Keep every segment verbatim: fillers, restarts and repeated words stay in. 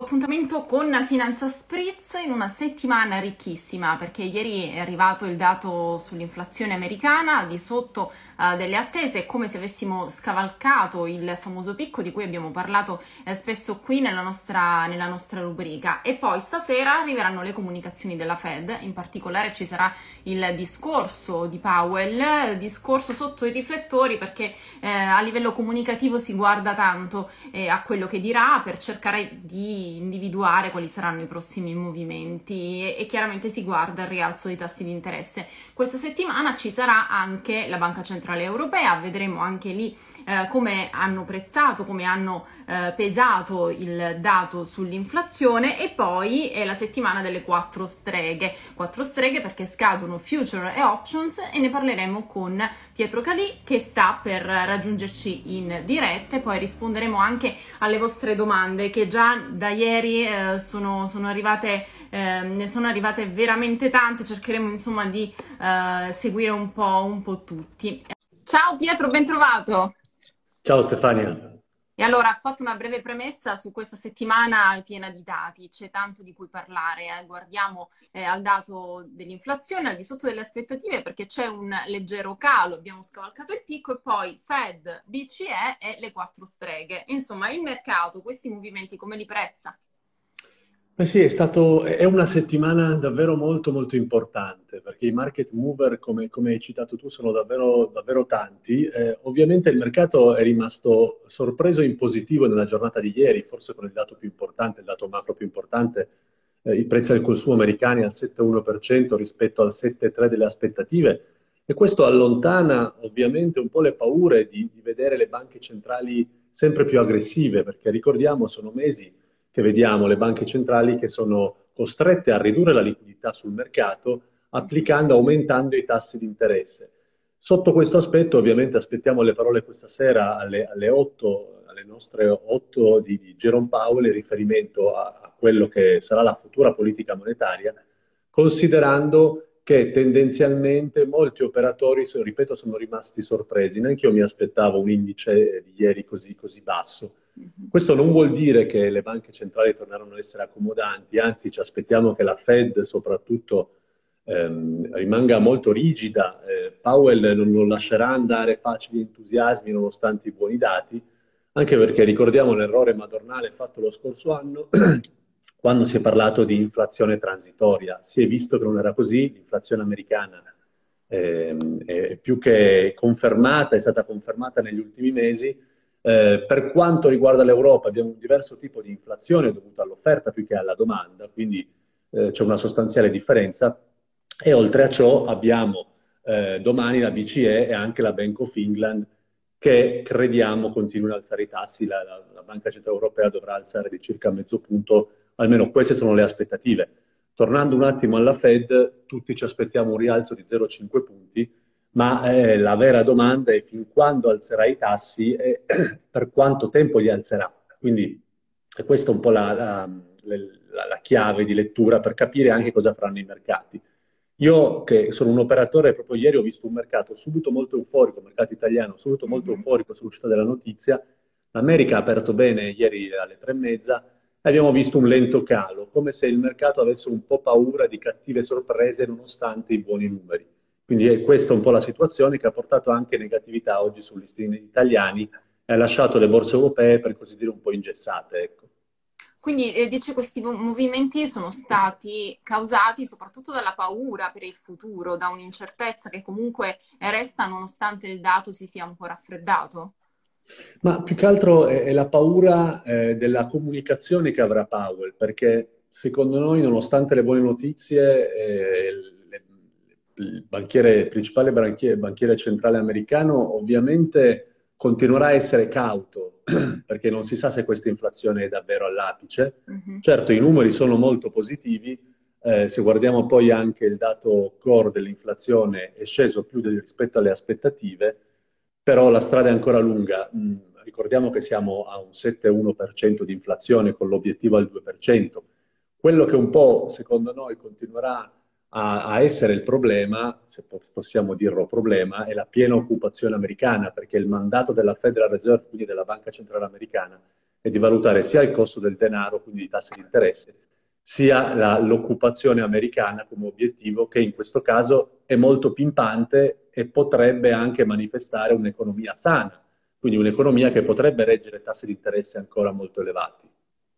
Appuntamento con Finanza Spritz in una settimana ricchissima, perché ieri è arrivato il dato sull'inflazione americana al di sotto uh, delle attese. È come se avessimo scavalcato il famoso picco di cui abbiamo parlato eh, spesso qui nella nostra, nella nostra rubrica. E poi stasera arriveranno le comunicazioni della Fed, in particolare ci sarà il discorso di Powell, discorso sotto i riflettori, perché eh, a livello comunicativo si guarda tanto eh, a quello che dirà per cercare di individuare quali saranno i prossimi movimenti e, e chiaramente si guarda il rialzo dei tassi di interesse. Questa settimana ci sarà anche la Banca Centrale Europea, vedremo anche lì eh, come hanno prezzato, come hanno eh, pesato il dato sull'inflazione. E poi è la settimana delle quattro streghe, quattro streghe perché scadono future e options, e ne parleremo con Pietro Calì che sta per raggiungerci in diretta, e poi risponderemo anche alle vostre domande che già da ieri eh, sono, sono arrivate eh, ne sono arrivate veramente tante. Cercheremo insomma di eh, seguire un po', un po' tutti. Ciao Pietro, ben trovato. Ciao Stefania. E allora, ho fatto una breve premessa su questa settimana piena di dati, c'è tanto di cui parlare, eh. Guardiamo eh, al dato dell'inflazione al di sotto delle aspettative perché c'è un leggero calo, abbiamo scavalcato il picco, e poi Fed, B C E e le quattro streghe. Insomma, il mercato, questi movimenti come li prezza? Eh sì, è stato, è una settimana davvero molto molto importante perché i market mover, come, come hai citato tu, sono davvero, davvero tanti. Eh, ovviamente il mercato è rimasto sorpreso in positivo nella giornata di ieri, forse con il dato più importante, il dato macro più importante, eh, i prezzi del consumo americani al sette virgola uno per cento rispetto al sette virgola tre per cento delle aspettative, e questo allontana ovviamente un po' le paure di, di vedere le banche centrali sempre più aggressive, perché ricordiamo sono mesi che vediamo le banche centrali che sono costrette a ridurre la liquidità sul mercato applicando, aumentando i tassi di interesse. Sotto questo aspetto ovviamente aspettiamo le parole questa sera alle, alle otto, alle nostre otto di, di Jerome Powell in riferimento a, a quello che sarà la futura politica monetaria, considerando che tendenzialmente molti operatori, ripeto, sono rimasti sorpresi. Neanche io mi aspettavo un indice di ieri così, così basso. Questo non vuol dire che le banche centrali torneranno ad essere accomodanti, anzi ci aspettiamo che la Fed soprattutto ehm, rimanga molto rigida. Eh, Powell non, non lascerà andare facili entusiasmi nonostante i buoni dati, anche perché ricordiamo l'errore madornale fatto lo scorso anno quando si è parlato di inflazione transitoria. Si è visto che non era così, l'inflazione americana ehm, è più che confermata, è stata confermata negli ultimi mesi. Eh, per quanto riguarda l'Europa abbiamo un diverso tipo di inflazione dovuta all'offerta più che alla domanda, quindi eh, c'è una sostanziale differenza, e oltre a ciò abbiamo eh, domani la B C E e anche la Bank of England che crediamo continuino ad alzare i tassi. La, la, la Banca Centrale Europea dovrà alzare di circa mezzo punto, almeno queste sono le aspettative. Tornando un attimo alla Fed, tutti ci aspettiamo un rialzo di zero virgola cinque punti, ma eh, la vera domanda è fin quando alzerà i tassi e per quanto tempo li alzerà. Quindi è questa un po' la, la, la, la chiave di lettura per capire anche cosa faranno i mercati. Io che sono un operatore, proprio ieri ho visto un mercato subito molto euforico, il mercato italiano subito molto Mhm. euforico sull'uscita della notizia. L'America ha aperto bene ieri alle tre e mezza e abbiamo visto un lento calo, come se il mercato avesse un po' paura di cattive sorprese nonostante i buoni numeri. Quindi è questa un po' la situazione che ha portato anche negatività oggi sugli listini italiani e ha lasciato le borse europee, per così dire, un po' ingessate, ecco. Quindi eh, dice questi mo- movimenti sono stati causati soprattutto dalla paura per il futuro, da un'incertezza che comunque resta nonostante il dato si sia un po' raffreddato. Ma più che altro è, è la paura eh, della comunicazione che avrà Powell, perché secondo noi, nonostante le buone notizie, eh, le- il banchiere, il principale banchiere, banchiere centrale americano ovviamente continuerà a essere cauto, perché non si sa se questa inflazione è davvero all'apice. Mhm. Certo, i numeri sono molto positivi, eh, se guardiamo poi anche il dato core dell'inflazione è sceso più del- rispetto alle aspettative, però la strada è ancora lunga. Mm, ricordiamo che siamo a un sette virgola uno per cento di inflazione con l'obiettivo al due per cento. Quello che un po', secondo noi, continuerà a, a essere il problema, se po- possiamo dirlo problema, è la piena occupazione americana, perché il mandato della Federal Reserve, quindi della Banca Centrale Americana, e di valutare sia il costo del denaro, quindi i tassi di interesse, sia la- l'occupazione americana come obiettivo, che in questo caso è molto pimpante e potrebbe anche manifestare un'economia sana, quindi un'economia che potrebbe reggere tassi di interesse ancora molto elevati.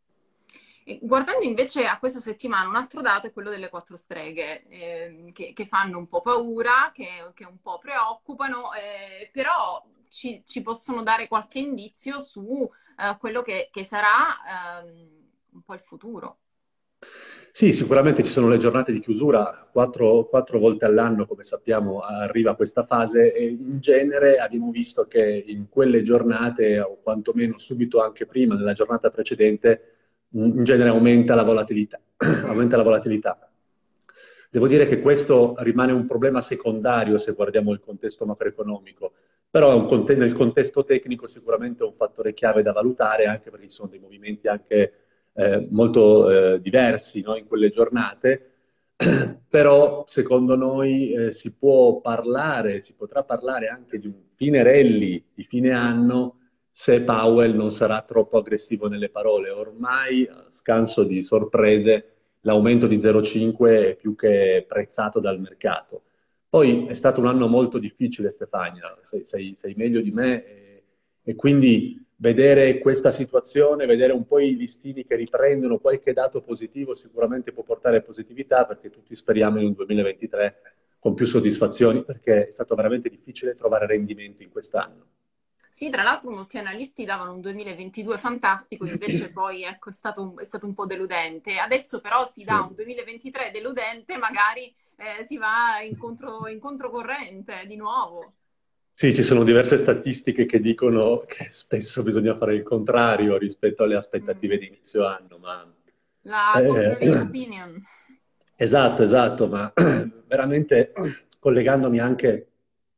E guardando invece a questa settimana, un altro dato è quello delle quattro streghe, ehm, che, che fanno un po' paura, che, che un po' preoccupano, eh, però ci, ci possono dare qualche indizio su eh, quello che, che sarà ehm, un po' il futuro. Sì, sicuramente ci sono le giornate di chiusura, quattro, quattro volte all'anno, come sappiamo, arriva questa fase e in genere abbiamo visto che in quelle giornate, o quantomeno subito anche prima, nella giornata precedente, in genere aumenta la volatilità. Mm. Aumenta la volatilità. Devo dire che questo rimane un problema secondario se guardiamo il contesto macroeconomico, però è un conte- nel contesto tecnico sicuramente è un fattore chiave da valutare, anche perché ci sono dei movimenti anche eh, molto eh, diversi, no, in quelle giornate. Però secondo noi eh, si può parlare, si potrà parlare anche di un fine rally di fine anno se Powell non sarà troppo aggressivo nelle parole. Ormai, a scanso di sorprese, l'aumento di zero virgola cinque è più che prezzato dal mercato. Poi è stato un anno molto difficile, Stefania, sei, sei- sei meglio di me, e, e quindi vedere questa situazione, vedere un po' i listini che riprendono qualche dato positivo sicuramente può portare positività, perché tutti speriamo in un duemilaventitré con più soddisfazioni, perché è stato veramente difficile trovare rendimenti in quest'anno. Sì, tra l'altro molti analisti davano un duemilaventidue fantastico, invece poi ecco, è stato, un- è stato un po' deludente. Adesso però si dà un Sì. duemilaventitré deludente, magari eh, si va in, contro- in controcorrente di nuovo. Sì, ci sono diverse statistiche che dicono che spesso bisogna fare il contrario rispetto alle aspettative Mm. di inizio anno, ma La eh, contrary opinion. esatto, esatto, ma veramente collegandomi anche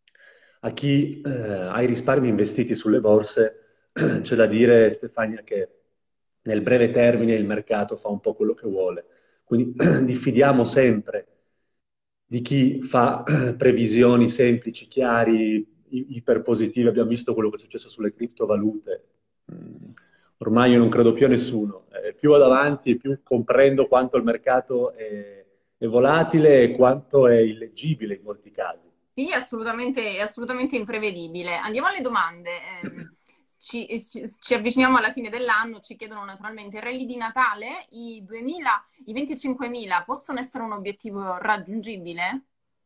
a chi eh, ha i risparmi investiti sulle borse, c'è da dire, Stefania, che nel breve termine il mercato fa un po' quello che vuole. Quindi diffidiamo sempre di chi fa previsioni semplici, chiari, i- iperpositive. Abbiamo visto quello che è successo sulle criptovalute. Mm, Ormai io non credo più a nessuno. Eh, più vado avanti, più comprendo quanto il mercato è, è volatile e quanto è illeggibile in molti casi. Sì, assolutamente, è assolutamente imprevedibile. Andiamo alle domande. Ehm, ci, ci- ci avviciniamo alla fine dell'anno, ci chiedono naturalmente il rally di Natale, i duemila, i venticinquemila possono essere un obiettivo raggiungibile?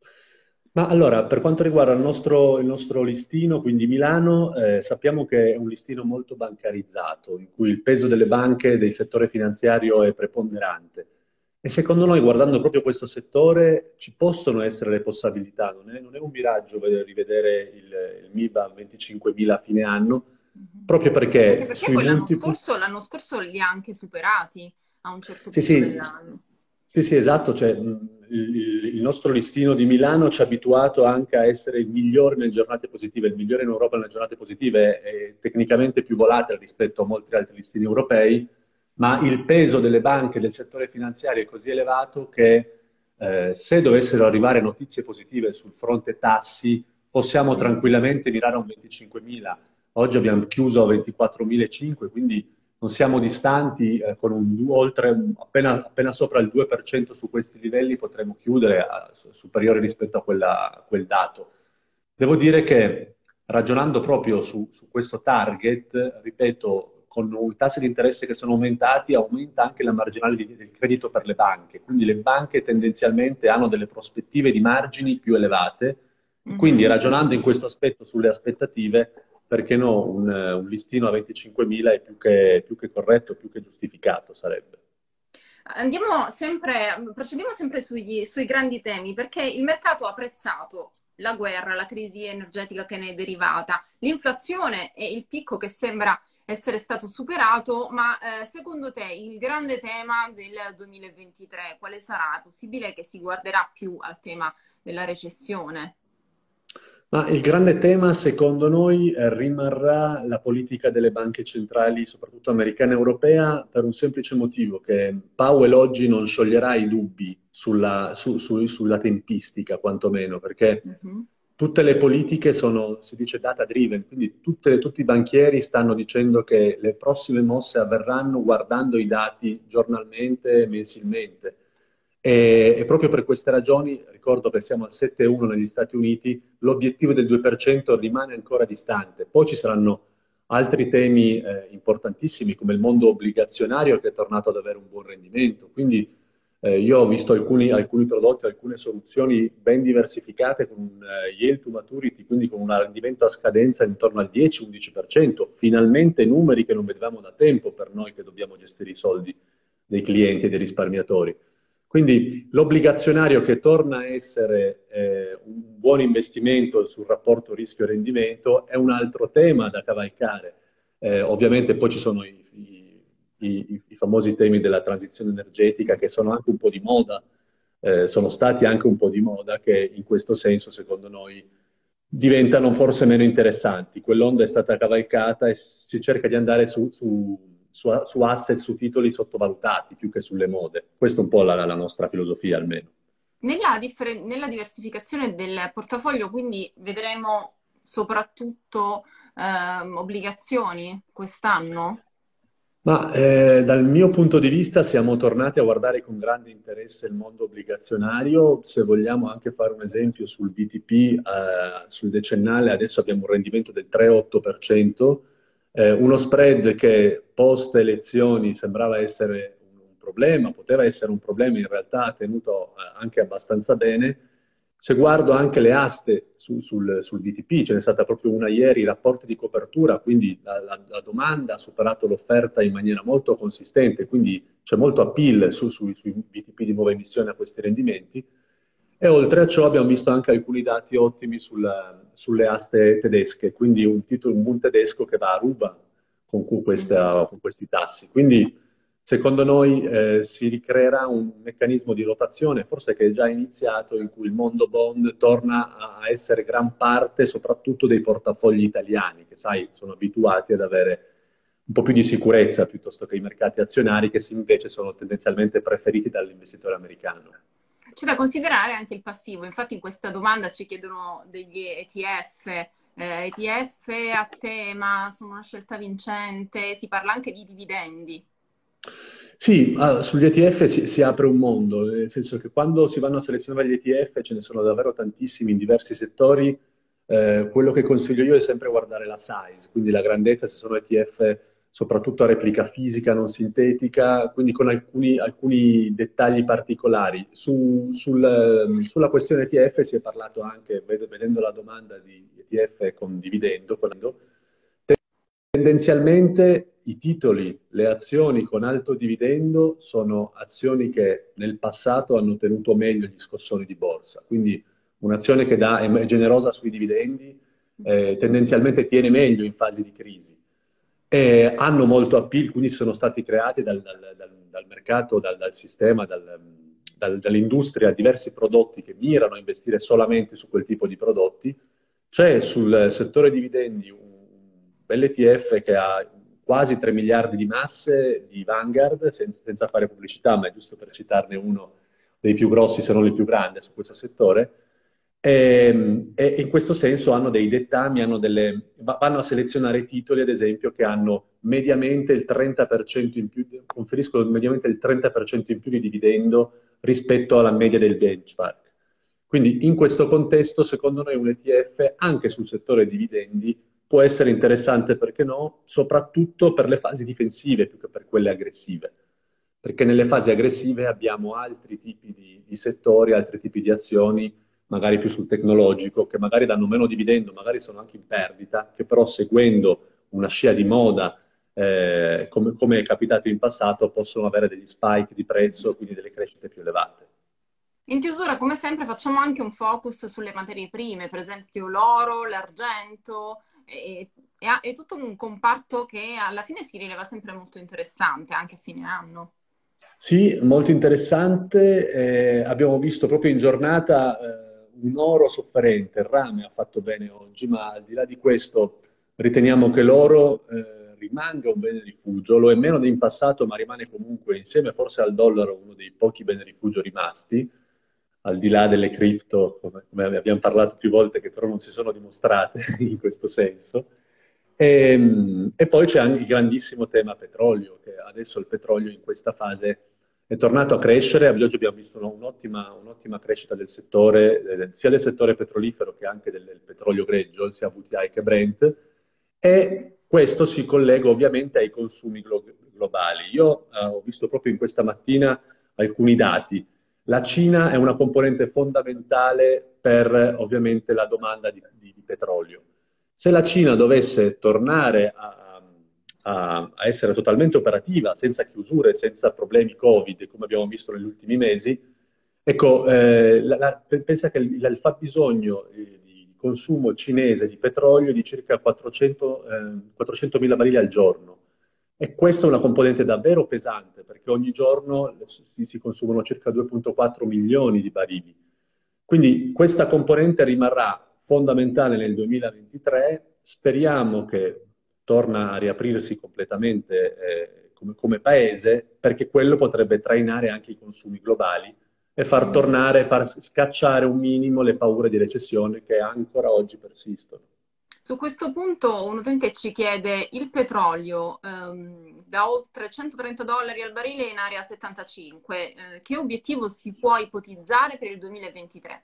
Ma allora, per quanto riguarda il nostro, il nostro listino, quindi Milano, eh, sappiamo che è un listino molto bancarizzato, in cui il peso delle banche e del settore finanziario è preponderante. E secondo noi, guardando proprio questo settore, ci possono essere le possibilità. Non è, non è un miraggio vedere- rivedere il, il M I B a venticinquemila a fine anno, Mhm. proprio Anche perché perché sui poi l'anno multipli. scorso, l'anno scorso li ha anche superati a un certo Sì, punto sì, dell'anno. sì, sì, esatto, cioè, mh, il, il nostro listino di Milano ci ha abituato anche a essere il migliore nelle giornate positive, il migliore in Europa nelle giornate positive, è tecnicamente più volatile rispetto a molti altri listini europei, ma il peso delle banche e del settore finanziario è così elevato che eh, se dovessero arrivare notizie positive sul fronte tassi, possiamo tranquillamente mirare a un venticinquemila. Oggi abbiamo chiuso a ventiquattromilacinquecento, quindi non siamo distanti, eh, con un du- oltre, appena, appena sopra il due per cento su questi livelli potremo chiudere a- superiore rispetto a, quella- a quel dato. Devo dire che ragionando proprio su, su questo target, ripeto, con i tassi di interesse che sono aumentati, aumenta anche la marginale di- del credito per le banche. Quindi le banche tendenzialmente hanno delle prospettive di margini più elevate. Quindi Mhm. ragionando in questo aspetto sulle aspettative, perché no, un, un listino a venticinquemila è più che, più che corretto, più che giustificato sarebbe. Andiamo sempre, procediamo sempre sugli- sui grandi temi, perché il mercato ha apprezzato la guerra, la crisi energetica che ne è derivata, l'inflazione e il picco che sembra essere stato superato, ma eh, secondo te il grande tema del duemilaventitré quale sarà? È possibile che si guarderà più al tema della recessione? Ma il grande tema, secondo noi, eh, rimarrà la politica delle banche centrali, soprattutto americana e europea, per un semplice motivo, che Powell oggi non scioglierà i dubbi sulla, su- su- sulla tempistica, quantomeno, perché Mhm. tutte le politiche sono, si dice, data driven, quindi tutte- tutti i banchieri stanno dicendo che le prossime mosse avverranno guardando i dati giornalmente, mensilmente. E, e proprio per queste ragioni, ricordo che siamo al sette virgola uno negli Stati Uniti, l'obiettivo del due per cento rimane ancora distante. Poi ci saranno altri temi eh, importantissimi come il mondo obbligazionario che è tornato ad avere un buon rendimento. Quindi eh, io ho visto alcuni, alcuni prodotti, alcune soluzioni ben diversificate con un eh, yield to maturity, quindi con un rendimento a scadenza intorno al dieci-undici per cento. Finalmente numeri che non vedevamo da tempo per noi che dobbiamo gestire i soldi dei clienti e dei risparmiatori. Quindi l'obbligazionario che torna a essere eh, un buon investimento sul rapporto rischio-rendimento è un altro tema da cavalcare. Eh, ovviamente poi ci sono i, i- i- i famosi temi della transizione energetica che sono anche un po' di moda, eh, sono stati anche un po' di moda che in questo senso, secondo noi, diventano forse meno interessanti. Quell'onda è stata cavalcata e si cerca di andare su, su, su, su asset, su titoli sottovalutati più che sulle mode. Questa è un po' la, la nostra filosofia almeno. Nella, differ- nella diversificazione del portafoglio, quindi vedremo soprattutto ehm, obbligazioni quest'anno? Ma eh, dal mio punto di vista siamo tornati a guardare con grande interesse il mondo obbligazionario. Se vogliamo anche fare un esempio sul B T P, eh, sul decennale, adesso abbiamo un rendimento del tre virgola otto per cento, eh, uno spread che post elezioni sembrava essere un problema, poteva essere un problema, in realtà ha tenuto eh, anche abbastanza bene. Se guardo anche le aste su- sul, sul B T P, ce n'è stata proprio una ieri, i rapporti di copertura, quindi la, la- la domanda ha superato l'offerta in maniera molto consistente, quindi c'è molto appeal su- su- sui B T P di nuova emissione a questi rendimenti. E oltre a ciò abbiamo visto anche alcuni dati ottimi sul- sulle aste tedesche, quindi un titolo, un Bund tedesco che va a ruba con, cu- Mhm. questa- con questi tassi. Quindi secondo noi eh, si ricreerà un meccanismo di rotazione, forse che è già iniziato, in cui il mondo bond torna a a essere gran parte soprattutto dei portafogli italiani, che sai, sono abituati ad avere un po' più di sicurezza piuttosto che i mercati azionari, che si- invece sono tendenzialmente preferiti dall'investitore americano. C'è da considerare anche il passivo, infatti in questa domanda ci chiedono degli E T F, eh, E T F a tema, sono una scelta vincente, si parla anche di dividendi. Sì, ah, sugli E T F si, si apre un mondo, nel senso che quando si vanno a selezionare gli E T F ce ne sono davvero tantissimi in diversi settori. Eh, quello che consiglio io è sempre guardare la size, quindi la grandezza, se sono E T F soprattutto a replica fisica, non sintetica, quindi con alcuni, alcuni dettagli particolari. Su- sul, ehm, sulla questione E T F si è parlato anche, ved- vedendo la domanda di E T F con dividendo, tendenzialmente i titoli, le azioni con alto dividendo sono azioni che nel passato hanno tenuto meglio gli scossoni di borsa. Quindi un'azione che dà, è generosa sui dividendi, eh, tendenzialmente tiene meglio in fasi di crisi. E hanno molto appeal, quindi sono stati creati dal, dal- dal- dal mercato, dal, dal sistema, dal- dal- dall'industria diversi prodotti che mirano a investire solamente su quel tipo di prodotti. C'è sul settore dividendi un bel E T F che ha quasi tre miliardi di masse di Vanguard, senza, senza fare pubblicità, ma è giusto per citarne uno dei più grossi, se non il più grande su questo settore. E, e in questo senso hanno dei dettami, hanno delle, va- vanno a selezionare titoli, ad esempio, che hanno mediamente il trenta per cento in più, conferiscono mediamente il trenta per cento in più di dividendo rispetto alla media del benchmark. Quindi in questo contesto, secondo noi, un E T F anche sul settore dividendi può essere interessante, perché no, soprattutto per le fasi difensive più che per quelle aggressive. Perché nelle fasi aggressive abbiamo altri tipi di, di settori, altri tipi di azioni, magari più sul tecnologico, che magari danno meno dividendo, magari sono anche in perdita, che però seguendo una scia di moda, eh, come, come è capitato in passato, possono avere degli spike di prezzo, quindi delle crescite più elevate. In chiusura, come sempre, facciamo anche un focus sulle materie prime, per esempio l'oro, l'argento, e, e ha- è tutto un comparto che alla fine si rileva sempre molto interessante, anche a fine anno. Sì, molto interessante. Eh, abbiamo visto proprio in giornata eh, un oro sofferente, il rame ha fatto bene oggi, ma al di là di questo riteniamo che l'oro eh, rimanga un bene rifugio, lo è meno di in passato, ma rimane comunque insieme forse al dollaro uno dei pochi beni rifugio rimasti. al di là delle cripto, come, come abbiamo parlato più volte, che però non si sono dimostrate in questo senso. E, e poi c'è anche il grandissimo tema petrolio, che adesso il petrolio in questa fase è tornato a crescere. Oggi abbiamo visto una- un'ottima un'ottima crescita del settore, eh, sia del settore petrolifero che anche del, del petrolio greggio, sia W T I che Brent, e questo si collega ovviamente ai consumi glo- globali. Io eh, ho visto proprio in questa mattina alcuni dati. La Cina è una componente fondamentale per eh, ovviamente la domanda di, di- di petrolio. Se la Cina dovesse tornare a, a- a essere totalmente operativa, senza chiusure, senza problemi Covid, come abbiamo visto negli ultimi mesi, ecco, eh, la- la- pensa che il, il fabbisogno eh, di consumo cinese di petrolio è di circa quattrocento, eh, quattrocentomila barili al giorno. E questa è una componente davvero pesante, perché ogni giorno si, si consumano circa due virgola quattro milioni di barili. Quindi questa componente rimarrà fondamentale nel duemilaventitré. Speriamo che torna a riaprirsi completamente eh, come, come paese, perché quello potrebbe trainare anche i consumi globali e far Mm. tornare, far scacciare un minimo le paure di recessione che ancora oggi persistono. Su questo punto un utente ci chiede il petrolio ehm, da oltre centotrenta dollari al barile in area settantacinque, eh, che obiettivo si può ipotizzare per il duemilaventitré?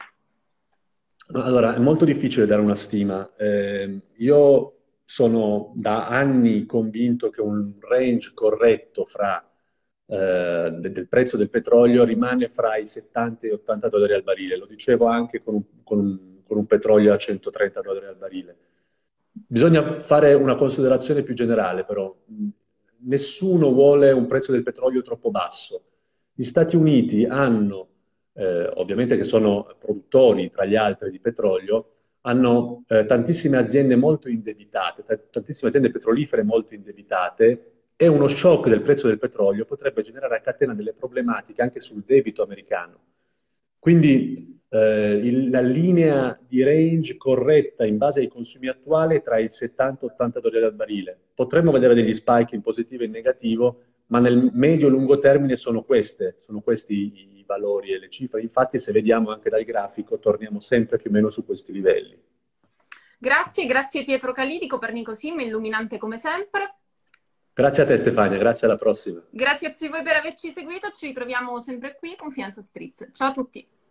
Allora, è molto difficile dare una stima. Eh, io sono da anni convinto che un range corretto fra, eh, de- del prezzo del petrolio rimane fra i settanta e gli ottanta dollari al barile. Lo dicevo anche con un, con un- con un petrolio a centotrenta dollari al barile. Bisogna fare una considerazione più generale, però. Nessuno vuole un prezzo del petrolio troppo basso. Gli Stati Uniti hanno eh, ovviamente che sono produttori tra gli altri di petrolio, hanno eh, tantissime aziende molto indebitate, t- tantissime aziende petrolifere molto indebitate, e uno shock del prezzo del petrolio potrebbe generare a catena delle problematiche anche sul debito americano. Quindi eh, il- la linea di range corretta in base ai consumi attuali è tra i settanta e ottanta dollari al barile. Potremmo vedere degli spike in positivo e in negativo, ma nel medio-lungo termine sono queste, sono questi i, i valori e le cifre. Infatti, se vediamo anche dal grafico, torniamo sempre più o meno su questi livelli. Grazie, grazie Pietro Calì di Copernico Sim, illuminante come sempre. Grazie a te Stefania, grazie alla prossima. Grazie a tutti voi per averci seguito, ci ritroviamo sempre qui con Finanza Spritz. Ciao a tutti!